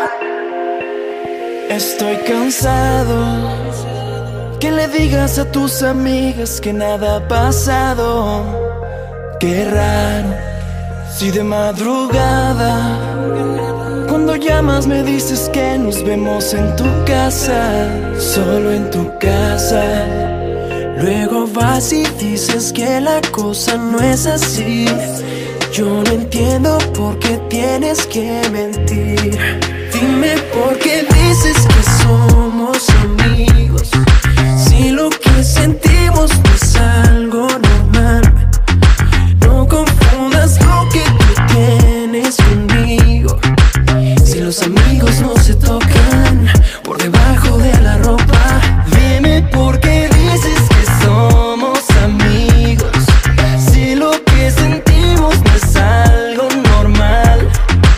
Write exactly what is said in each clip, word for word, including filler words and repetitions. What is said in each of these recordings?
Estoy cansado que le digas a tus amigas que nada ha pasado. Qué raro, si de madrugada cuando llamas me dices que nos vemos en tu casa, solo en tu casa. Luego vas y dices que la cosa no es así. Yo no entiendo por qué tienes que mentir. Dime por qué dices que somos amigos, si lo que sentimos no es algo normal. No confundas lo que tú tienes conmigo. Si los amigos no se tocan por debajo de la ropa. Dime por qué dices que somos amigos, si lo que sentimos no es algo normal.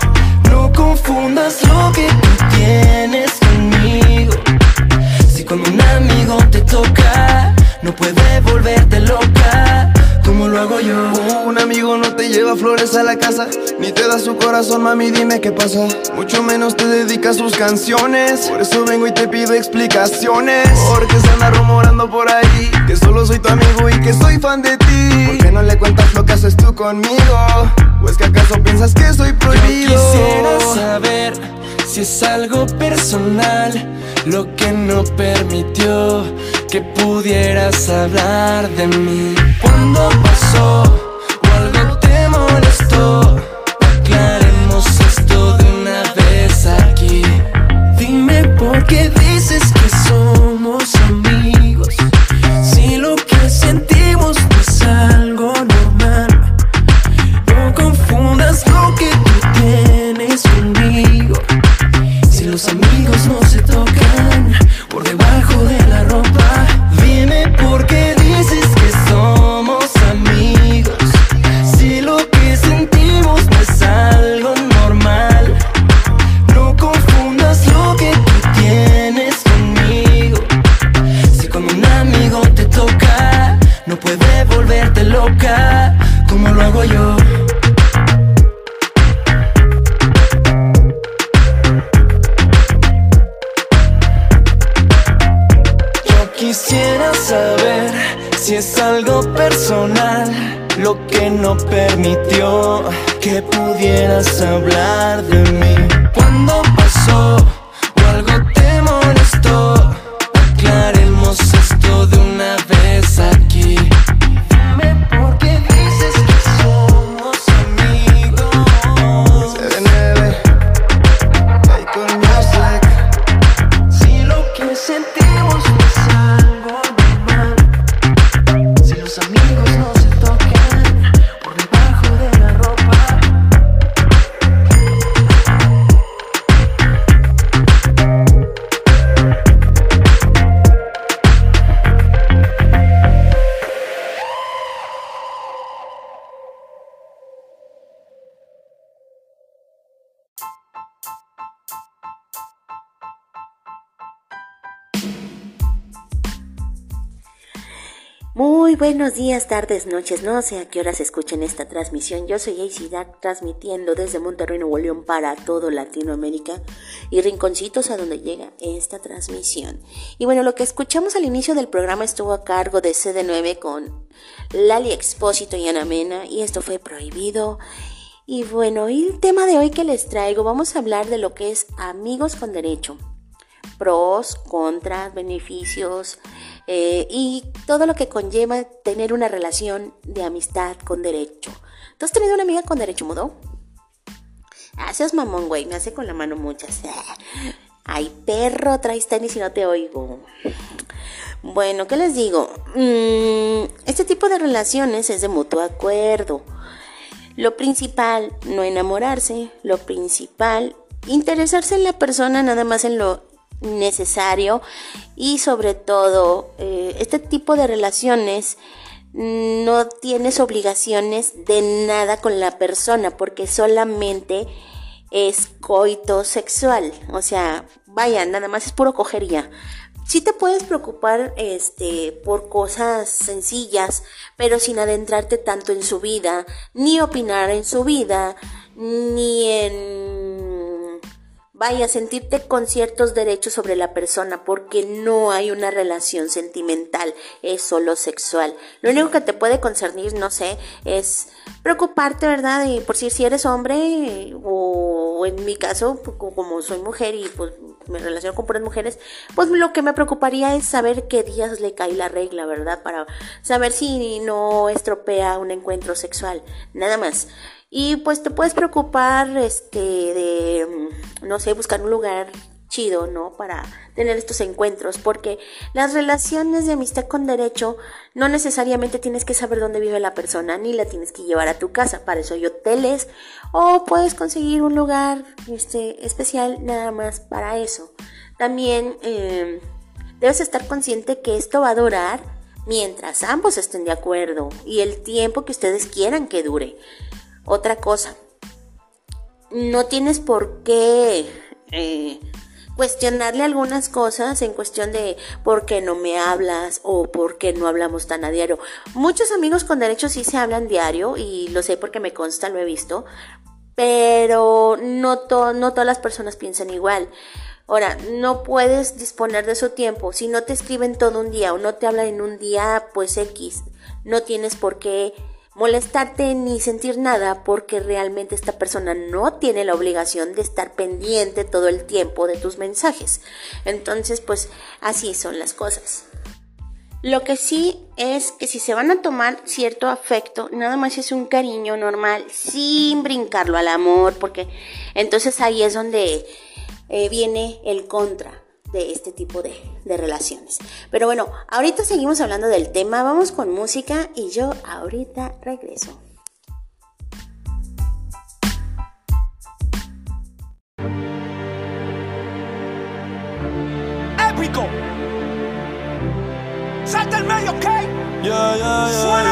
No confundas lo que tú tienes conmigo. Si cuando un amigo te toca no puede volverte loca como lo hago yo. Un amigo no te lleva flores a la casa, ni te da su corazón, mami, dime qué pasa. Mucho menos te dedica sus canciones. Por eso vengo y te pido explicaciones, porque se anda rumorando por ahí que solo soy tu amigo y que soy fan de ti. ¿Por qué no le cuentas lo que haces tú conmigo? ¿O es que acaso piensas que soy prohibido? Yo quisiera saber si es algo personal lo que no permitió que pudieras hablar de mí. ¿Cuándo pasó o algo te molestó? Aclaremos esto de una vez aquí. Dime por qué dices que somos amigos, si lo que sentimos no es algo normal. No confundas lo que tú tienes conmigo. Si los amigos no se tocan por debajo de la ropa. Dime por qué dices que somos amigos, si lo que sentimos no es algo normal. No confundas lo que tú tienes conmigo. Si cuando un amigo te toca no puede volverte loca como lo hago yo. Quisiera saber si es algo personal lo que no permitió que pudieras hablar de mí. ¿Cuándo pasó o algo te molestó? Aclaremos esto de una vez aquí. Dime por qué dices que somos amigos. C D nueve, Icon Music. Si lo que sentimos no es algo normal. Si los amigos no se tocan por debajo de la ropa. Muy buenos días, tardes, noches, no sé a qué horas escuchen esta transmisión. Yo soy A C Dark, transmitiendo desde Monterrey, Nuevo León para todo Latinoamérica y rinconcitos a donde llega esta transmisión. Y bueno, lo que escuchamos al inicio del programa estuvo a cargo de C D nueve con Lali Expósito y Ana Mena, y esto fue Prohibido. Y bueno, y el tema de hoy que les traigo, vamos a hablar de lo que es amigos con derecho. Pros, contras, beneficios eh, y todo lo que conlleva tener una relación de amistad con derecho. ¿Tú has tenido una amiga con derecho, mudo? Ah, seas mamón, güey, me hace con la mano muchas. Ay, perro, traes tenis y no te oigo. Bueno, ¿qué les digo? Mm, este tipo de relaciones es de mutuo acuerdo. Lo principal, no enamorarse. Lo principal, interesarse en la persona nada más en lo necesario. Y sobre todo, eh, este tipo de relaciones no tienes obligaciones de nada con la persona, porque solamente es coito sexual. O sea, vaya, nada más es puro cogería. Sí te puedes preocupar este, por cosas sencillas, pero sin adentrarte tanto en su vida, ni opinar en su vida, ni en, vaya, sentirte con ciertos derechos sobre la persona, porque no hay una relación sentimental, es solo sexual. Lo único que te puede concernir, no sé, es preocuparte, ¿verdad? Y por si, si eres hombre, o en mi caso, como soy mujer y pues me relaciono con puras mujeres, pues lo que me preocuparía es saber qué días le cae la regla, ¿verdad? Para saber si no estropea un encuentro sexual, nada más. Y pues te puedes preocupar este de, no sé, buscar un lugar chido, ¿no? Para tener estos encuentros, porque las relaciones de amistad con derecho no necesariamente tienes que saber dónde vive la persona, ni la tienes que llevar a tu casa. Para eso hay hoteles, o puedes conseguir un lugar este, especial nada más para eso. También eh, debes estar consciente que esto va a durar mientras ambos estén de acuerdo y el tiempo que ustedes quieran que dure. Otra cosa, no tienes por qué eh, cuestionarle algunas cosas en cuestión de por qué no me hablas o por qué no hablamos tan a diario. Muchos amigos con derechos sí se hablan diario y lo sé porque me consta, lo he visto, pero no, to- no todas las personas piensan igual. Ahora, no puedes disponer de su tiempo. Si no te escriben todo un día o no te hablan en un día, pues X, no tienes por qué molestarte ni sentir nada, porque realmente esta persona no tiene la obligación de estar pendiente todo el tiempo de tus mensajes. Entonces, pues así son las cosas. Lo que sí es que si se van a tomar cierto afecto, nada más es un cariño normal, sin brincarlo al amor, porque entonces ahí es donde eh, viene el contra de este tipo de, de relaciones. Pero bueno, ahorita seguimos hablando del tema, vamos con música y yo ahorita regreso. Épico. Salta el medio, ¿ok? Yeah, yeah, yeah,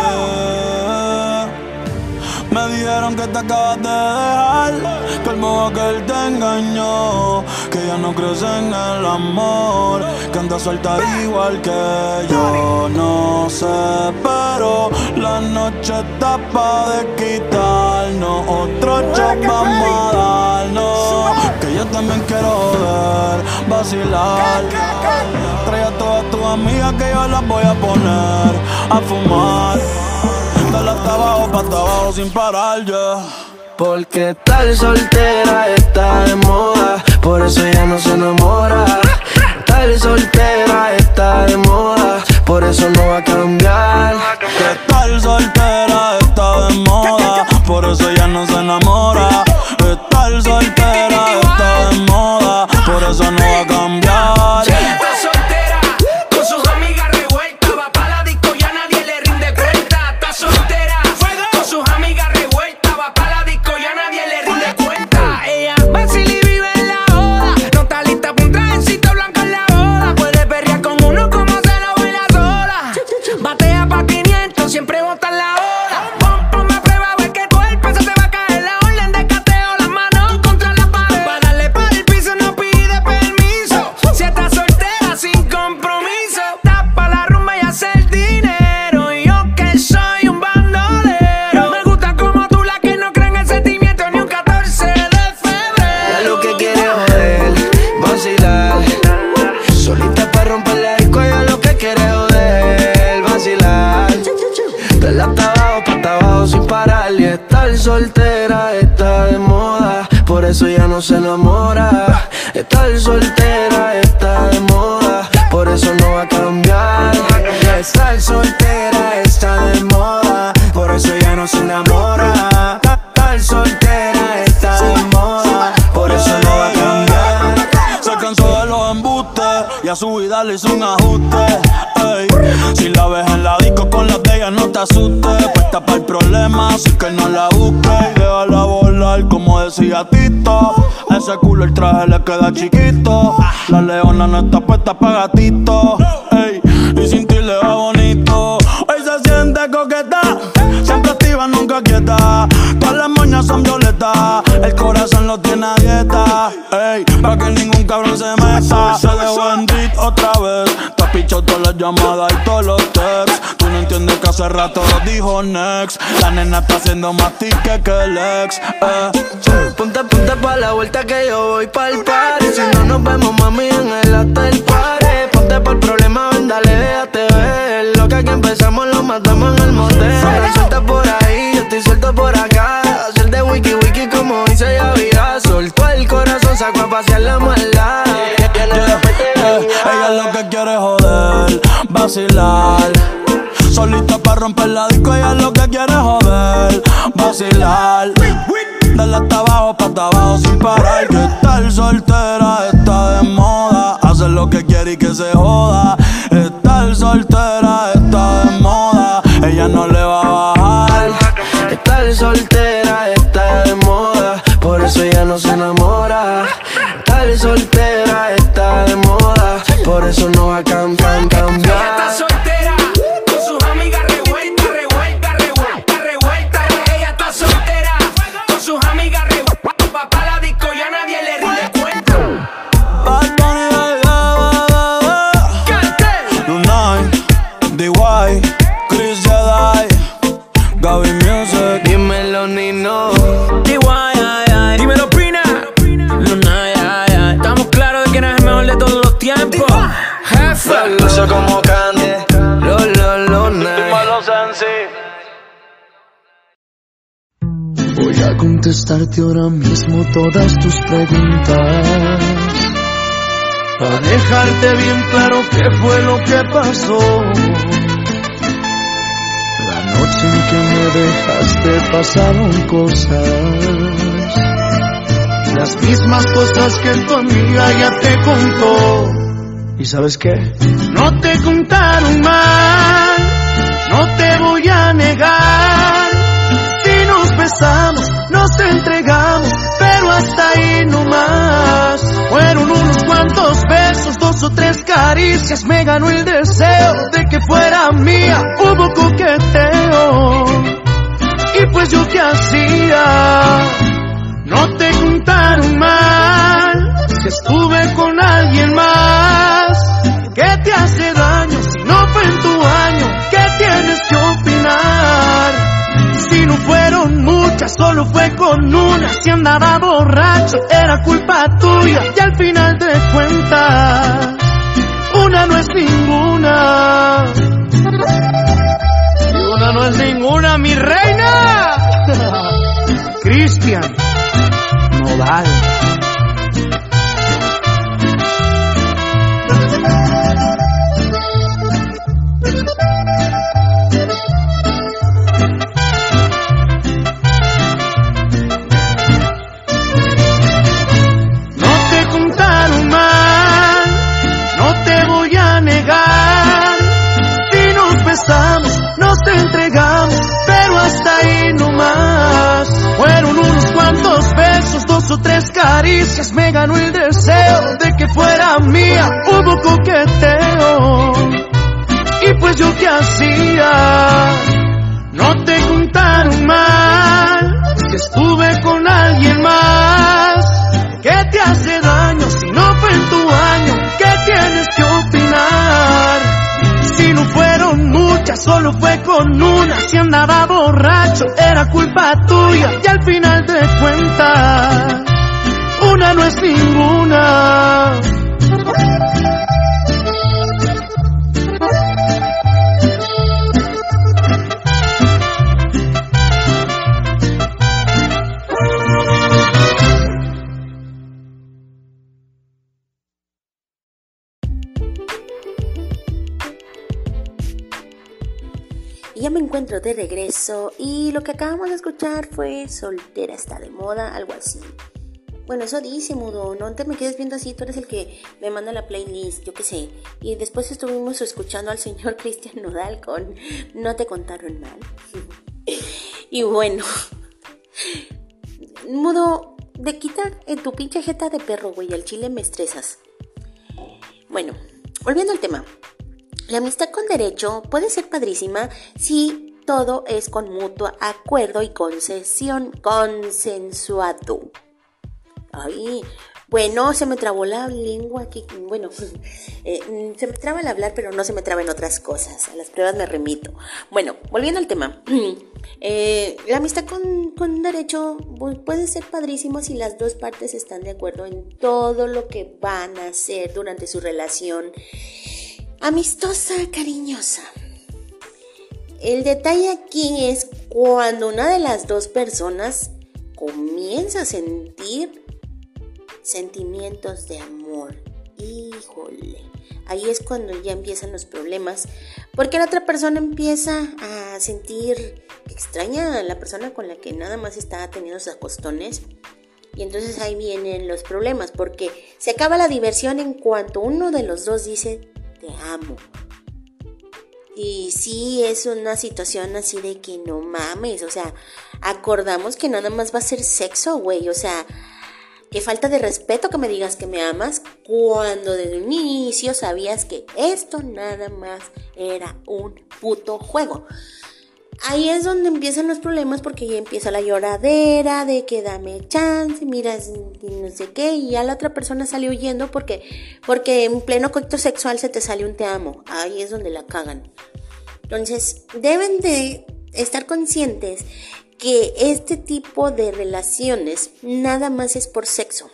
yeah. Me dijeron que te acabas de dejar, que el modo aquel te engañó, que ya no crees en el amor, que andas suelta igual que yo. No sé, pero la noche está pa' de quitarnos, otro shot vamos a darnos, que yo también quiero joder, vacilar. Trae a todas tus amigas que yo las voy a poner a fumar. Dale hasta abajo, pa' hasta abajo sin parar, yeah. Porque tal soltera está de moda, por eso ella no se enamora. Tal soltera está de moda, por eso no va a cambiar. Que tal soltera está de moda, por eso ella no se enamora. Tal soltera está de moda, por eso no va a cambiar. Está soltera, con sus amigas revueltas, va pa' la disco y a nadie le rinde cuenta. Está soltera, con sus amigas revueltas, va pa' la disco y a nadie le rinde cuenta. Ella vacila y vive en la joda, no está lista pa' un trajecito blanco en la boda. Puede perrear con uno como se lo baila sola, batea pa' quinientos, siempre bota en la hora. Pon, ponme a prueba a ver que el cuerpo se te va a caer. La orden de cateo, las manos contra la pared, pa' darle para el piso no pide permiso. Si estás soltera sin compromiso, tapa la rumba y hace el dinero. Y yo que soy un bandolero, me gusta como tú, la que no cree en el sentimiento ni un catorce de febrero. Ella lo que quiere es joder, vacilar. Solita pa' romper la disco, ella lo que quiere es joder, vacilar. Dale hasta abajo, pa' hasta abajo sin parar. Y estar soltera está de moda, por eso ya no se enamora. Estar soltera está de moda, por eso no va a cambiar. Estar soltera está de moda, por eso ya no se enamora. Estar soltera está de moda, por eso no va a cambiar. Se cansó de los embustes y a su vida le hizo un ajuste. Ey, si la ves en la disco con las de ella no te asustes, puesta para el problema, así que no la busques y déjala volar como decía Tito. Ese culo el traje le queda chiquito, la leona no está puesta pa' gatito. Ey, y sin ti le va bonito. Hoy se siente coqueta, siempre activa, nunca quieta. Todas las moñas son violetas, el corazón lo tiene a dieta. Ey, pa' que ningún cabrón se meta. Se dejó en beat otra vez, te has pichado todas las llamadas y todos los texts. Tú no entiendes que hace hace rato dijo next. La nena está haciendo más tique que el ex, eh. Ponte, ponte pa' la vuelta que yo voy pa'l party. Si no nos vemos, mami, en el hotel party. Ponte pa'l problema, ven, dale, déjate ver. Lo que aquí empezamos lo matamos en el motel. Suelta por ahí, yo estoy suelto por acá. Hacer de wiki wiki como dice Yavira. Soltó el corazón, sacó a pasear la maldad. Yeah, yeah. Ella lo que quiere es joder, vacilar. Solita pa' romper la disco, ella lo que quiere es joder, vacilar. Dale hasta abajo, pa' hasta abajo sin parar. Que estar soltera está de moda. Hacer lo que quiere y que se joda. Estar soltera está de moda. Ella no le va a bajar. Estar soltera está de moda. Por eso ella no se enamora. Estar soltera está de moda. Por eso no va a cambiar, cambiar. Ella está soltera, con sus amigas revuelta, revuelta, revuelta, revuelta. Ella está soltera, con sus amigas revuelta. Pa' pa' la disco ya nadie le rinde cuenta. Bad Bunny, Lunay, D Y, Chris Jedi, Gaby Music. Dímelo, Nino. D Y, ay, ay. Dímelo, Pina. Lunay, ay, ay. Estamos claros de que no es el mejor de todos los tiempos. Jefe. Luce como Candy. Lo, lo, lo, night. Voy a contestarte ahora mismo todas tus preguntas, para dejarte bien claro qué fue lo que pasó. La noche en que me dejaste pasaron cosas, las mismas cosas que tu amiga ya te contó. ¿Y sabes qué? No te contaron mal, no te voy a negar. Si nos besamos, nos entregamos, pero hasta ahí no más. Fueron unos cuantos besos, dos o tres caricias. Me ganó el deseo de que fuera mía. Hubo coqueteo, y pues yo qué hacía. No te contaron mal, que estuve con alguien más. ¿Qué te hace daño si no fue en tu año? ¿Qué tienes que opinar? Si no fueron muchas, solo fue con una. Si andaba borracho, era culpa tuya. Y al final de cuentas, una no es ninguna. Y una no es ninguna, mi reina. Cristian Nodal. Nos entregamos, pero hasta ahí no más. Fueron unos cuantos besos, dos o tres caricias. Me ganó el deseo de que fuera mía. Hubo coqueteo, y pues yo qué hacía. No te contaron mal, que estuve con alguien más. ¿Qué te hace daño si no fue en tu año? ¿Qué tienes que opinar? Si no fueron muchas, solo fue con una. Si andaba borracho, era culpa tuya. Y al final de cuentas, una no es ninguna. Y ya me encuentro de regreso y lo que acabamos de escuchar fue Soltera está de moda, algo así. Bueno, eso dice, Mudo, no te me quedes viendo así, tú eres el que me manda la playlist, yo qué sé. Y después estuvimos escuchando al señor Cristian Nodal con No te contaron mal. Y bueno, Mudo, de quitar en tu pinche jeta de perro, güey, al chile me estresas. Bueno, volviendo al tema. La amistad con derecho puede ser padrísima si todo es con mutuo acuerdo y concesión, consensuado. Ay, Bueno, se me trabó la lengua aquí. Bueno, eh, se me traba el hablar, pero no se me traba en otras cosas. A las pruebas me remito. Bueno, volviendo al tema. Eh, la amistad con, con derecho puede ser padrísimo si las dos partes están de acuerdo en todo lo que van a hacer durante su relación amistosa, cariñosa. El detalle aquí es cuando una de las dos personas comienza a sentir sentimientos de amor. Híjole, ahí es cuando ya empiezan los problemas, porque la otra persona empieza a sentir que extraña a la persona con la que nada más está teniendo sus acostones, y entonces ahí vienen los problemas, porque se acaba la diversión en cuanto uno de los dos dice te amo. Y sí, es una situación así de que no mames, o sea, acordamos que nada más va a ser sexo, güey, o sea, qué falta de respeto que me digas que me amas cuando desde un inicio sabías que esto nada más era un puto juego. Ahí es donde empiezan los problemas, porque ya empieza la lloradera de que dame chance, miras y no sé qué, y ya la otra persona sale huyendo porque, porque en pleno coito sexual se te sale un te amo. Ahí es donde la cagan. Entonces deben de estar conscientes que este tipo de relaciones nada más es por sexo.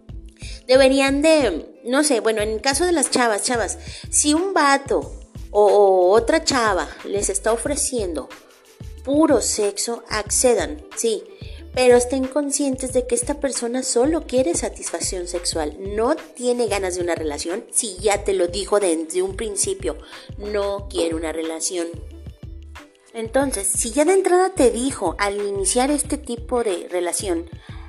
Deberían de, no sé, bueno, en el caso de las chavas, chavas, si un vato o, o otra chava les está ofreciendo puro sexo, accedan, sí, pero estén conscientes de que esta persona solo quiere satisfacción sexual, no tiene ganas de una relación. Si ya te lo dijo desde un principio, no quiere una relación. Entonces, si ya de entrada te dijo al iniciar este tipo de relación,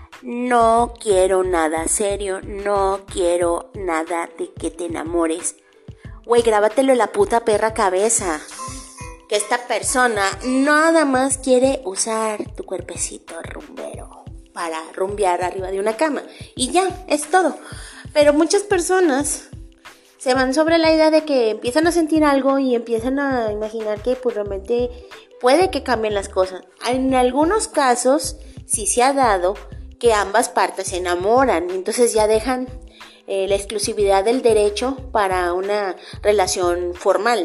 no quiero nada serio, no quiero nada de que te enamores, güey, grábatelo en la puta perra cabeza, que esta persona nada más quiere usar tu cuerpecito rumbero para rumbear arriba de una cama, y ya, es todo. Pero muchas personas se van sobre la idea de que empiezan a sentir algo y empiezan a imaginar que pues realmente puede que cambien las cosas. En algunos casos sí se ha dado que ambas partes se enamoran y entonces ya dejan eh, la exclusividad del derecho para una relación formal.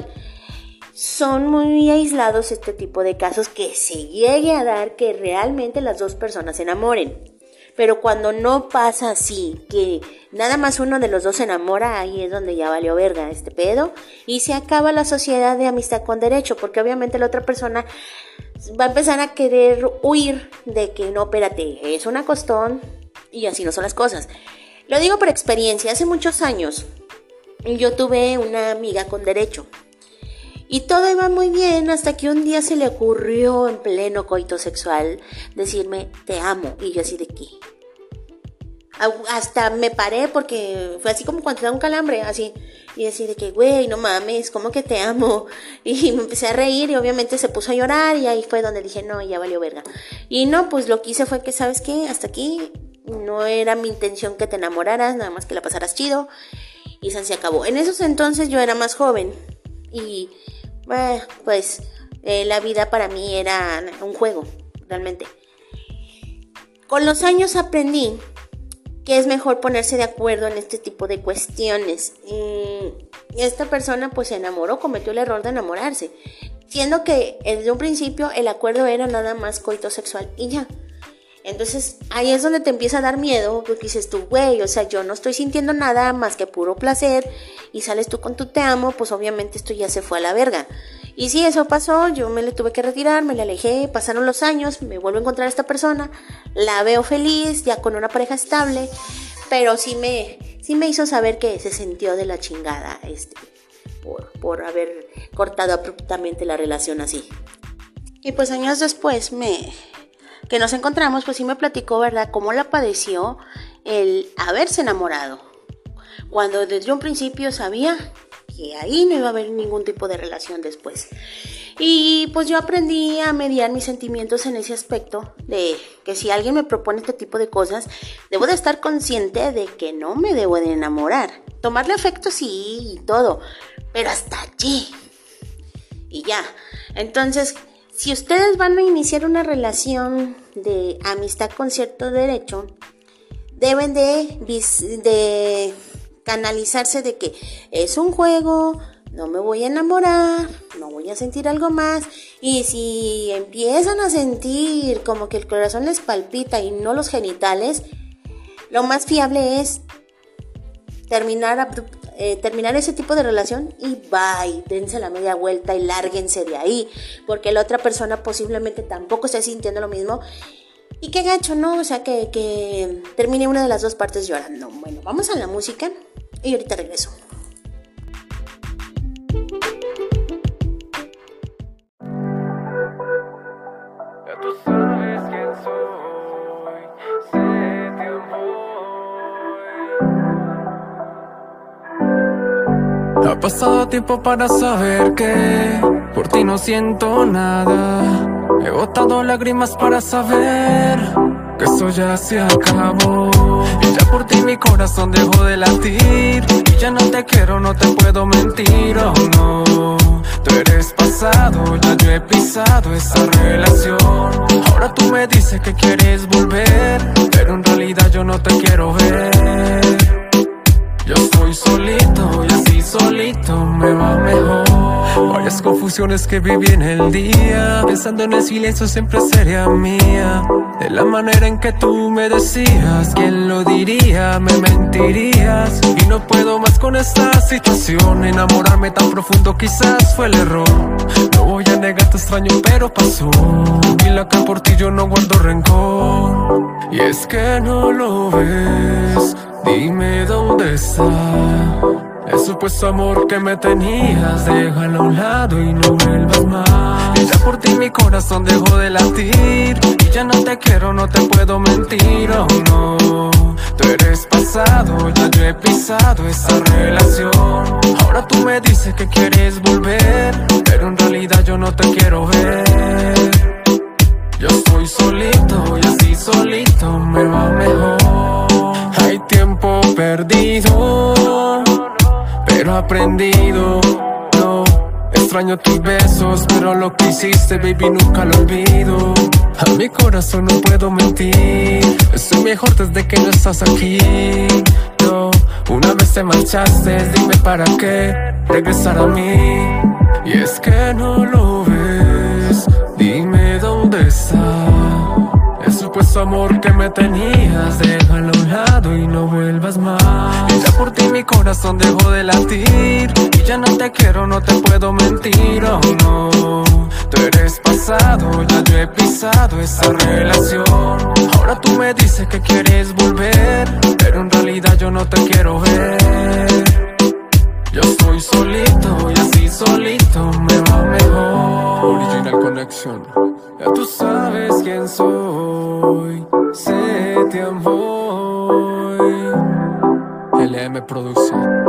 Son muy aislados este tipo de casos que se llegue a dar que realmente las dos personas se enamoren. Pero cuando no pasa así, que nada más uno de los dos se enamora, ahí es donde ya valió verga este pedo y se acaba la sociedad de amistad con derecho, porque obviamente la otra persona va a empezar a querer huir de que no, espérate, es un acostón y así no son las cosas. Lo digo por experiencia, hace muchos años yo tuve una amiga con derecho y todo iba muy bien hasta que un día se le ocurrió en pleno coito sexual decirme te amo, y yo así de qué. Hasta me paré porque fue así como cuando te da un calambre, así, y así de que güey, no mames, ¿cómo que te amo? Y me empecé a reír y obviamente se puso a llorar y ahí fue donde dije no, ya valió verga. Y no, pues lo que hice fue que, ¿sabes qué? Hasta aquí no era mi intención que te enamoraras, nada más que la pasaras chido y se acabó. En esos entonces yo era más joven y Eh, pues eh, la vida para mí era un juego, realmente. Con los años aprendí que es mejor ponerse de acuerdo en este tipo de cuestiones. Y esta persona pues se enamoró, cometió el error de enamorarse, siendo que desde un principio el acuerdo era nada más coito sexual y ya. Entonces ahí es donde te empieza a dar miedo, porque dices tú, güey, o sea, yo no estoy sintiendo nada más que puro placer, y sales tú con tu te amo, pues obviamente esto ya se fue a la verga. Y sí, eso pasó, yo me le tuve que retirar, me le alejé, pasaron los años, me vuelvo a encontrar a esta persona, la veo feliz, ya con una pareja estable, pero sí me, sí me hizo saber que se sintió de la chingada, este, por, por haber cortado abruptamente la relación así. Y pues años después me... que nos encontramos, pues sí me platicó, ¿verdad?, cómo la padeció el haberse enamorado, cuando desde un principio sabía que ahí no iba a haber ningún tipo de relación después. Y pues yo aprendí a mediar mis sentimientos en ese aspecto, de que si alguien me propone este tipo de cosas, debo de estar consciente de que no me debo de enamorar, tomarle afecto sí y todo, pero hasta allí y ya. Entonces, si ustedes van a iniciar una relación de amistad con cierto derecho, deben de, de canalizarse de que es un juego, no me voy a enamorar, no voy a sentir algo más. Y si empiezan a sentir como que el corazón les palpita y no los genitales, lo más fiable es terminar, eh, terminar ese tipo de relación y bye, dense la media vuelta y lárguense de ahí, porque la otra persona posiblemente tampoco esté sintiendo lo mismo. Y qué gacho, ¿no? O sea, que, que termine una de las dos partes llorando. Bueno, vamos a la música y ahorita regreso. Ya tú sabes quién soy, sé te amo. Ha pasado tiempo para saber que por ti no siento nada. He botado lágrimas para saber que eso ya se acabó. Y ya por ti mi corazón dejó de latir. Y ya no te quiero, no te puedo mentir, oh no. Tú eres pasado, ya yo he pisado esa relación. Ahora tú me dices que quieres volver, pero en realidad yo no te quiero ver. Yo estoy solito y así solito me va mejor. Varias confusiones que viví en el día, pensando en el silencio siempre sería mía. De la manera en que tú me decías, ¿quién lo diría? Me mentirías. Y no puedo más con esta situación. Enamorarme tan profundo quizás fue el error. No voy a negar, te extraño pero pasó. Y acá por ti yo no guardo rencor. Y es que no lo ves, dime dónde está el supuesto amor que me tenías. Déjalo a un lado y no vuelvas más. Y ya por ti mi corazón dejó de latir. Y ya no te quiero, no te puedo mentir, oh no. Tú eres pasado, ya yo he pisado esa relación. Ahora tú me dices que quieres volver, pero en realidad yo no te quiero ver. Yo estoy solito y así solito me va mejor. Hay tiempo perdido, pero aprendido. No, extraño tus besos, pero lo que hiciste, baby, nunca lo olvido. A mi corazón no puedo mentir, estoy mejor desde que no estás aquí. No, una vez te marchaste, dime para qué regresar a mí. Y es que no lo ves, dime dónde está el supuesto amor que me tenías. Déjalo a un lado y no vuelvas más. Y ya por ti mi corazón dejó de latir. Y ya no te quiero, no te puedo mentir, oh no. Tú eres pasado, ya yo he pisado esa relación. Ahora tú me dices que quieres volver, pero en realidad yo no te quiero ver. Yo estoy solito y así solito me va mejor. Original Connection. Ya tú sabes quién soy, sé te amo. L M Producción.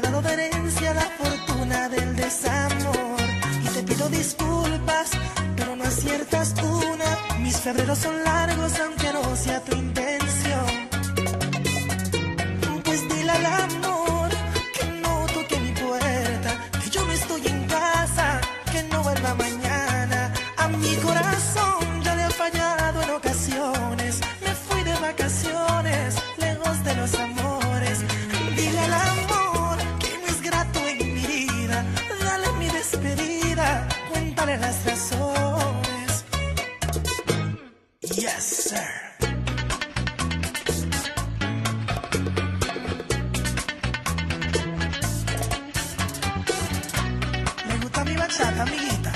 Pero aciertas una. Mis febreros son largos aunque no sea tu intención. Pues dile al amor que no toque mi puerta, que yo no estoy en casa, que no vuelva mañana. A mi corazón ya le ha fallado en ocasiones. Me fui de vacaciones, lejos de los amores. Dile al amor que no es grato en mi vida. Dale mi despedida, cuéntale las razones. Yes, sir. Me gusta mi bachata, amiguita.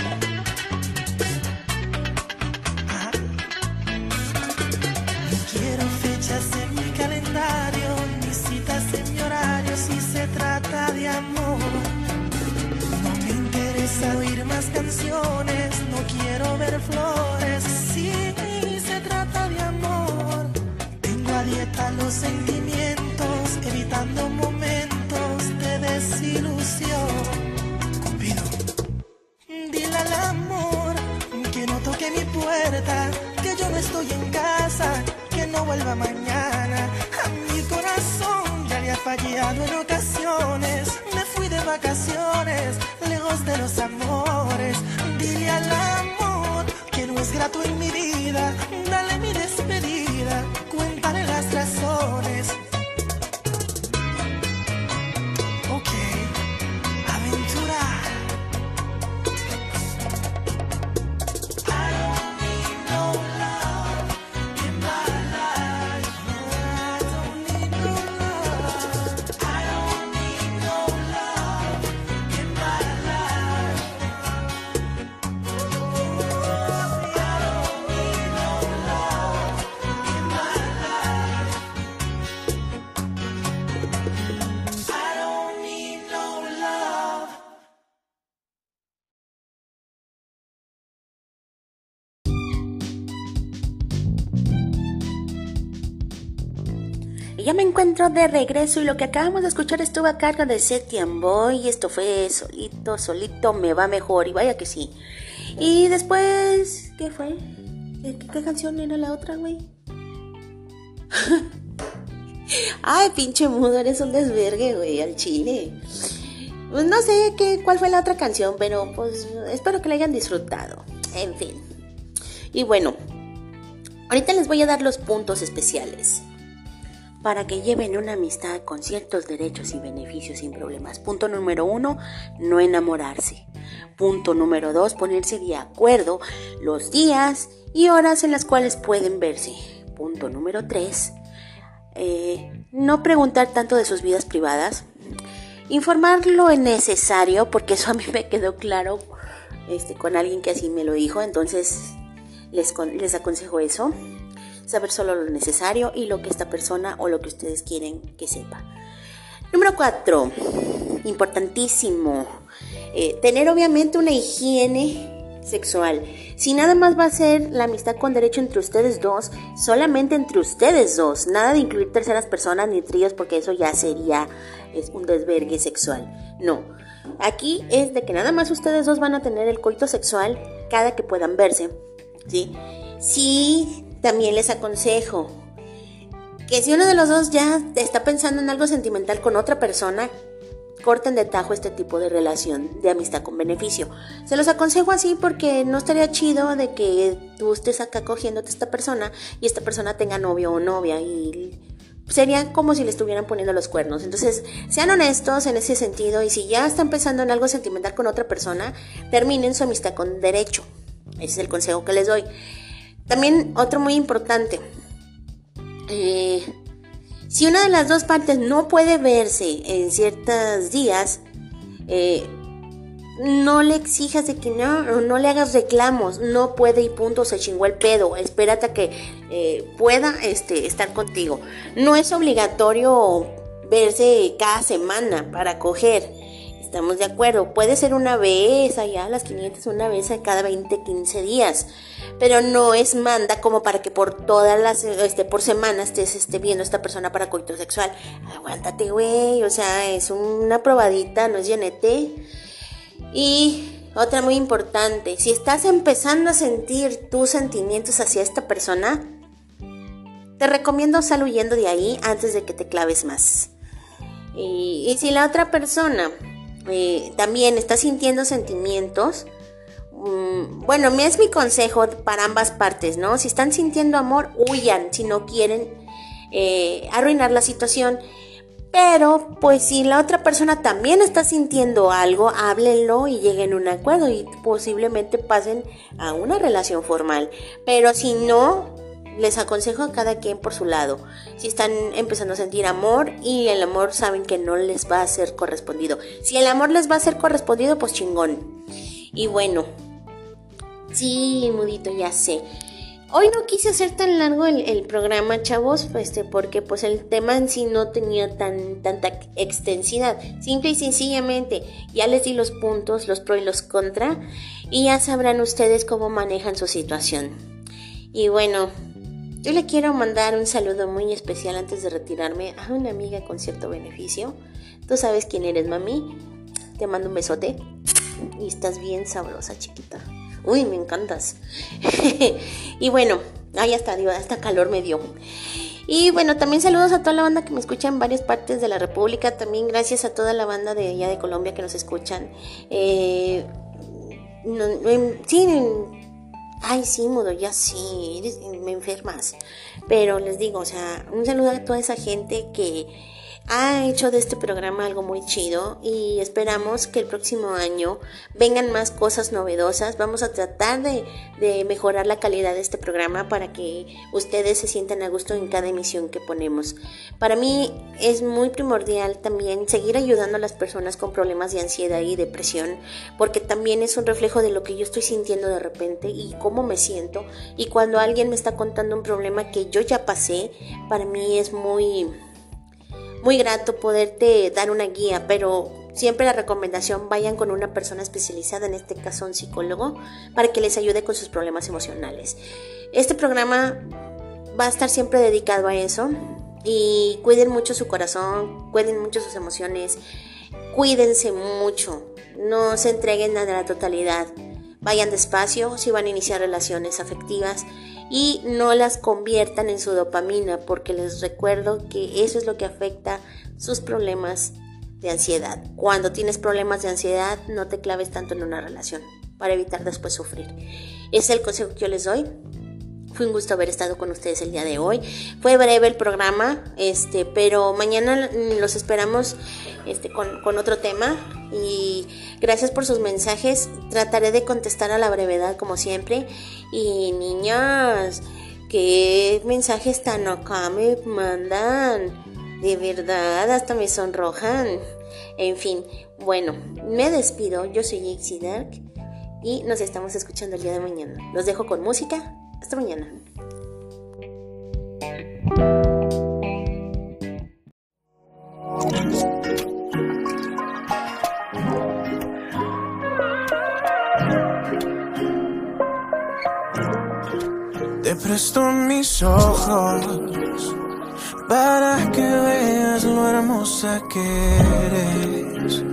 Ajá. No quiero fechas en mi calendario, ni citas en mi horario si se trata de amor. No me interesa oír más canciones, no quiero ver flores si se trata de amor. Tengo a dieta los sentimientos, evitando momentos de desilusión. Cupido, dile al amor que no toque mi puerta, que yo no estoy en casa, que no vuelva mañana. A mi corazón ya le ha fallado en ocasiones. Me fui de vacaciones, lejos de los amores. Dile al amor que no es grato en mi vida. Dale mi despedida, cuéntale las razones. Ok, aventura. I don't need no love in my life. I don't need no love. I don't need no love in my life. I don't need no love in my life. I don't need no love. Y ya me encuentro de regreso y lo que acabamos de escuchar estuvo a cargo de Septian Boy y esto fue Solito, Solito Me Va Mejor, y vaya que sí. Y después, ¿qué fue? ¿Qué, qué, qué canción era la otra, güey? Ay, pinche mudo, eres un desvergue, güey, al chile. Pues no sé qué, cuál fue la otra canción, pero pues espero que la hayan disfrutado. En fin. Y bueno, ahorita les voy a dar los puntos especiales para que lleven una amistad con ciertos derechos y beneficios sin problemas. Punto número uno, no enamorarse. Punto número dos, ponerse de acuerdo los días y horas en las cuales pueden verse. Punto número tres, eh, no preguntar tanto de sus vidas privadas. Informar lo necesario, porque eso a mí me quedó claro este, con alguien que así me lo dijo, entonces les, les aconsejo eso. Saber solo lo necesario y lo que esta persona o lo que ustedes quieren que sepa. Número cuatro, importantísimo, eh, tener obviamente una higiene sexual. Si nada más va a ser la amistad con derecho entre ustedes dos, solamente entre ustedes dos, nada de incluir terceras personas ni tríos, porque eso ya sería es un desvergue sexual. No, aquí es de que nada más ustedes dos van a tener el coito sexual cada que puedan verse, ¿sí? Sí. También les aconsejo que si uno de los dos ya está pensando en algo sentimental con otra persona, corten de tajo este tipo de relación de amistad con beneficio. Se los aconsejo así porque no estaría chido de que tú estés acá cogiéndote a esta persona y esta persona tenga novio o novia y sería como si le estuvieran poniendo los cuernos. Entonces, sean honestos en ese sentido y si ya están pensando en algo sentimental con otra persona, terminen su amistad con derecho. Ese es el consejo que les doy. También otro muy importante, eh, si una de las dos partes no puede verse en ciertos días, eh, no le exijas de que no, no le hagas reclamos, no puede y punto, se chingó el pedo, espérate a que eh, pueda este, estar contigo. No es obligatorio verse cada semana para coger, estamos de acuerdo, puede ser una vez allá a las quinientas, una vez a cada veinte, quince días, pero no es manda como para que por todas las, este, por semana estés este, viendo a esta persona para coito sexual. Aguántate, güey, o sea, es una probadita, no es llenete. Y otra muy importante, si estás empezando a sentir tus sentimientos hacia esta persona, te recomiendo sal huyendo de ahí antes de que te claves más. Y, y si la otra persona eh, también está sintiendo sentimientos, mmm, bueno, es mi consejo para ambas partes, ¿no? Si están sintiendo amor, huyan si no quieren eh, arruinar la situación. Pero, pues si la otra persona también está sintiendo algo, háblenlo y lleguen a un acuerdo y posiblemente pasen a una relación formal. Pero si no, les aconsejo a cada quien por su lado. Si están empezando a sentir amor y el amor saben que no les va a ser correspondido. Si el amor les va a ser correspondido, pues chingón. Y bueno, sí, mudito, ya sé. Hoy no quise hacer tan largo el, el programa, chavos, este, porque pues el tema en sí no tenía tan, tanta extensidad. Simple y sencillamente, ya les di los puntos, los pro y los contra, y ya sabrán ustedes cómo manejan su situación. Y bueno, yo le quiero mandar un saludo muy especial antes de retirarme a una amiga con cierto beneficio. Tú sabes quién eres, mami. Te mando un besote. Y estás bien sabrosa, chiquita. Uy, me encantas. Y bueno, ahí ya está, hasta calor me dio. Y bueno, también saludos a toda la banda que me escucha en varias partes de la República. También gracias a toda la banda de allá de Colombia que nos escuchan. Eh, no, no, sí, ay, sí, mudo, ya sí, me enfermas. Pero les digo, o sea, un saludo a toda esa gente que ha hecho de este programa algo muy chido y esperamos que el próximo año vengan más cosas novedosas. Vamos a tratar de, de mejorar la calidad de este programa para que ustedes se sientan a gusto en cada emisión que ponemos. Para mí es muy primordial también seguir ayudando a las personas con problemas de ansiedad y depresión, porque también es un reflejo de lo que yo estoy sintiendo de repente y cómo me siento. Y cuando alguien me está contando un problema que yo ya pasé, para mí es muy... muy grato poderte dar una guía, pero siempre la recomendación, vayan con una persona especializada, en este caso un psicólogo, para que les ayude con sus problemas emocionales. Este programa va a estar siempre dedicado a eso y cuiden mucho su corazón, cuiden mucho sus emociones, cuídense mucho, no se entreguen a la totalidad, vayan despacio si van a iniciar relaciones afectivas y no las conviertan en su dopamina, porque les recuerdo que eso es lo que afecta sus problemas de ansiedad. Cuando tienes problemas de ansiedad, no te claves tanto en una relación para evitar después sufrir. Ese es el consejo que yo les doy. Fue un gusto haber estado con ustedes el día de hoy. Fue breve el programa, este, pero mañana los esperamos este, con, con otro tema. Y gracias por sus mensajes. Trataré de contestar a la brevedad como siempre. Y niñas, ¿qué mensajes tan acá me mandan? De verdad, hasta me sonrojan. En fin, bueno, me despido. Yo soy Ixi Dark y nos estamos escuchando el día de mañana. Los dejo con música. Hasta mañana. Te presto mis ojos para que veas lo hermosa que eres.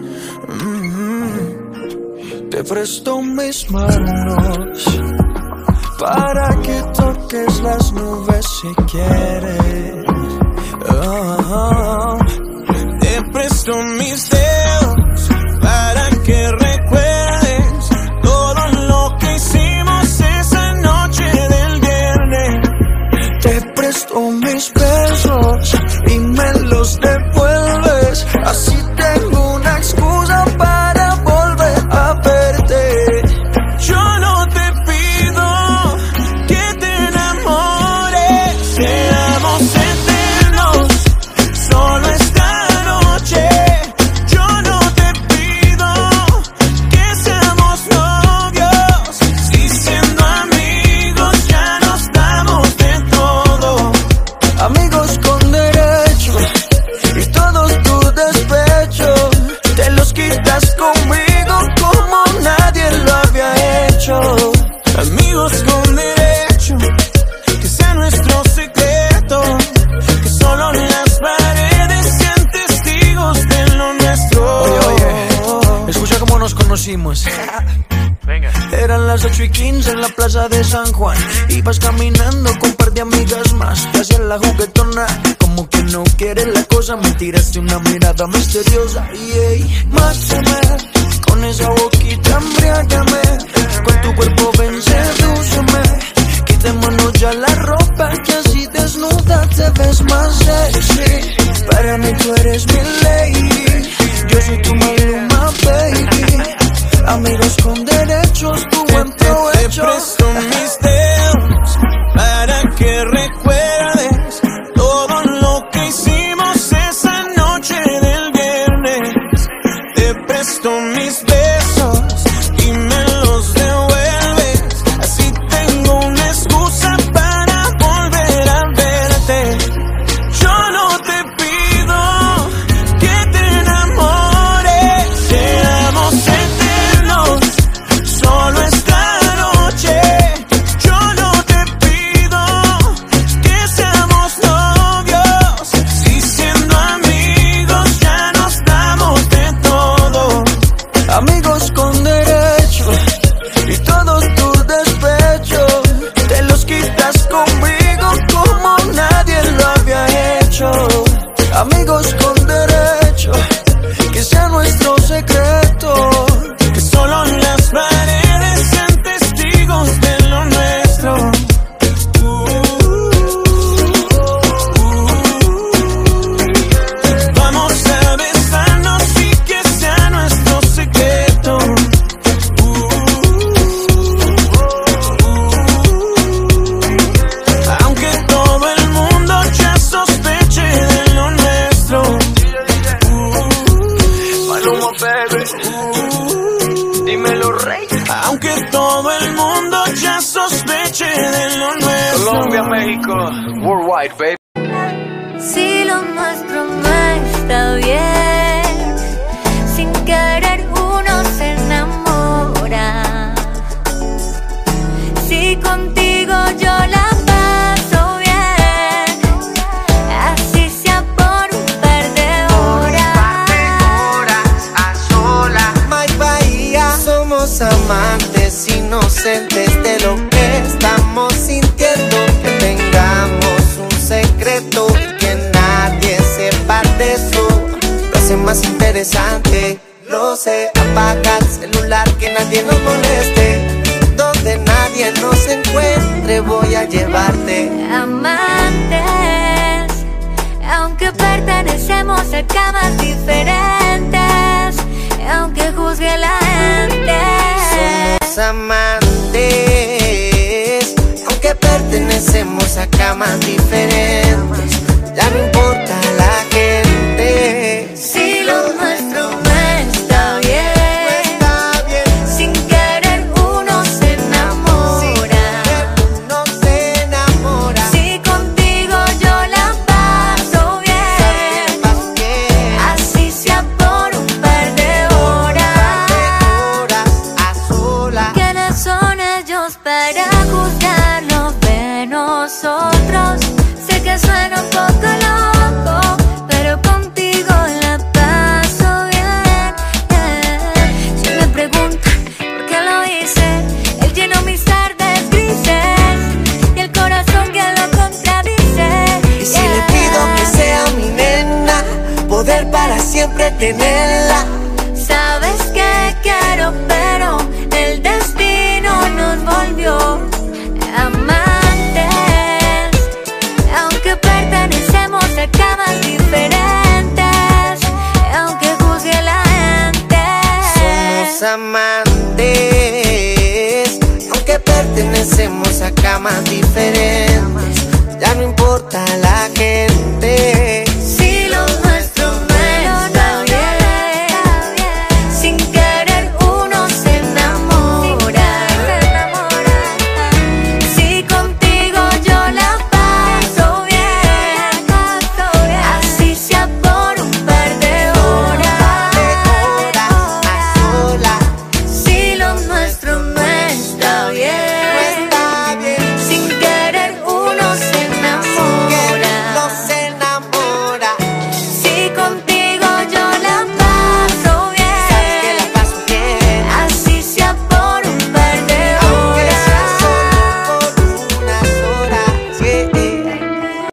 Mm-hmm. Te presto mis manos para que toques las nubes si quieres. Oh, oh. Te presto mis dedos para que recuerdes todo lo que hicimos esa noche del viernes. Te presto mis besos y me los devuelves. Así tengo una excusa para volver a verte. Yo no te amigos con derecho, que sea nuestro secreto, que solo las paredes sean testigos de lo nuestro. Oye, oye, escucha cómo nos conocimos. Venga. Eran las ocho y quince en la plaza de San Juan. Ibas caminando con un par de amigas más. Te hacías la juguetona, como que no quieres la cosa. Me tiraste una mirada misteriosa. Y máxame, con esa boquita embriágame. Con tu cuerpo ven, sedúceme. Quitémonos ya la ropa, que así desnuda te ves más sexy. Para mí tú eres mi lady, yo soy tu Maluma, baby. Amigos con derechos, tu buen provecho. Te presto mis dedos para que recuerdes todo lo que hicimos esa noche del viernes. Te presto mis besos y me los devuelves. Así tengo una excusa para volver a verte. Yo no te pido que te enamores, seamos eternos, solo esta noche. Yo no te pido que seamos novios, si siendo amigos ya nos damos de todo. Amigos con derecho y todos tus despechos te los quitas conmigo como nadie lo había hecho. Amigos con derecho, que sea nuestro secreto, Que solo las paredes sean testigos de lo nuestro. Uh, uh, Vamos a besarnos y que sea nuestro secreto. Uh, uh, Aunque todo el mundo ya sospeche de lo nuestro. Maluma, baby. Dímelo, rey. Aunque todo el mundo ya sospeche de lo nuestro. Colombia, México, worldwide, baby. Si lo nuestro no está bien, sin querer uno se enamora. Si contigo yo la paso bien, así sea por un par de horas. A sola, Mike Bahía. Somos amantes inocentes de lo que estamos sintiendo. Que tengamos un secreto y que nadie sepa de eso. Lo hace más interesante, lo sé. Apaga el celular, que nadie nos moleste. Donde nadie nos encuentre voy a llevarte. Amantes, aunque pertenecemos a camas diferentes, aunque juzgue la gente. Somos amantes, aunque pertenecemos a camas diferentes, ya no importa la gente. Si lo nuestro no está bien, sin querer uno se enamora. Uno se enamora. Si contigo yo la paso bien, así sea por un par de horas. A sola. ¿Quiénes son ellos para juzgarnos de nosotros? Sé que suena un poco loco, pero contigo la paso bien. Yeah. Si me preguntan por qué lo hice, él llenó mis tardes grises y el corazón que lo contradice. Y si le pido que sea mi nena, poder para siempre tenerla. Sabes que quiero, pero el destino nos volvió amantes, aunque pertenecemos a camas diferentes, aunque juzgue la gente. Somos amantes, aunque pertenecemos a camas diferentes, ya no importa la gente.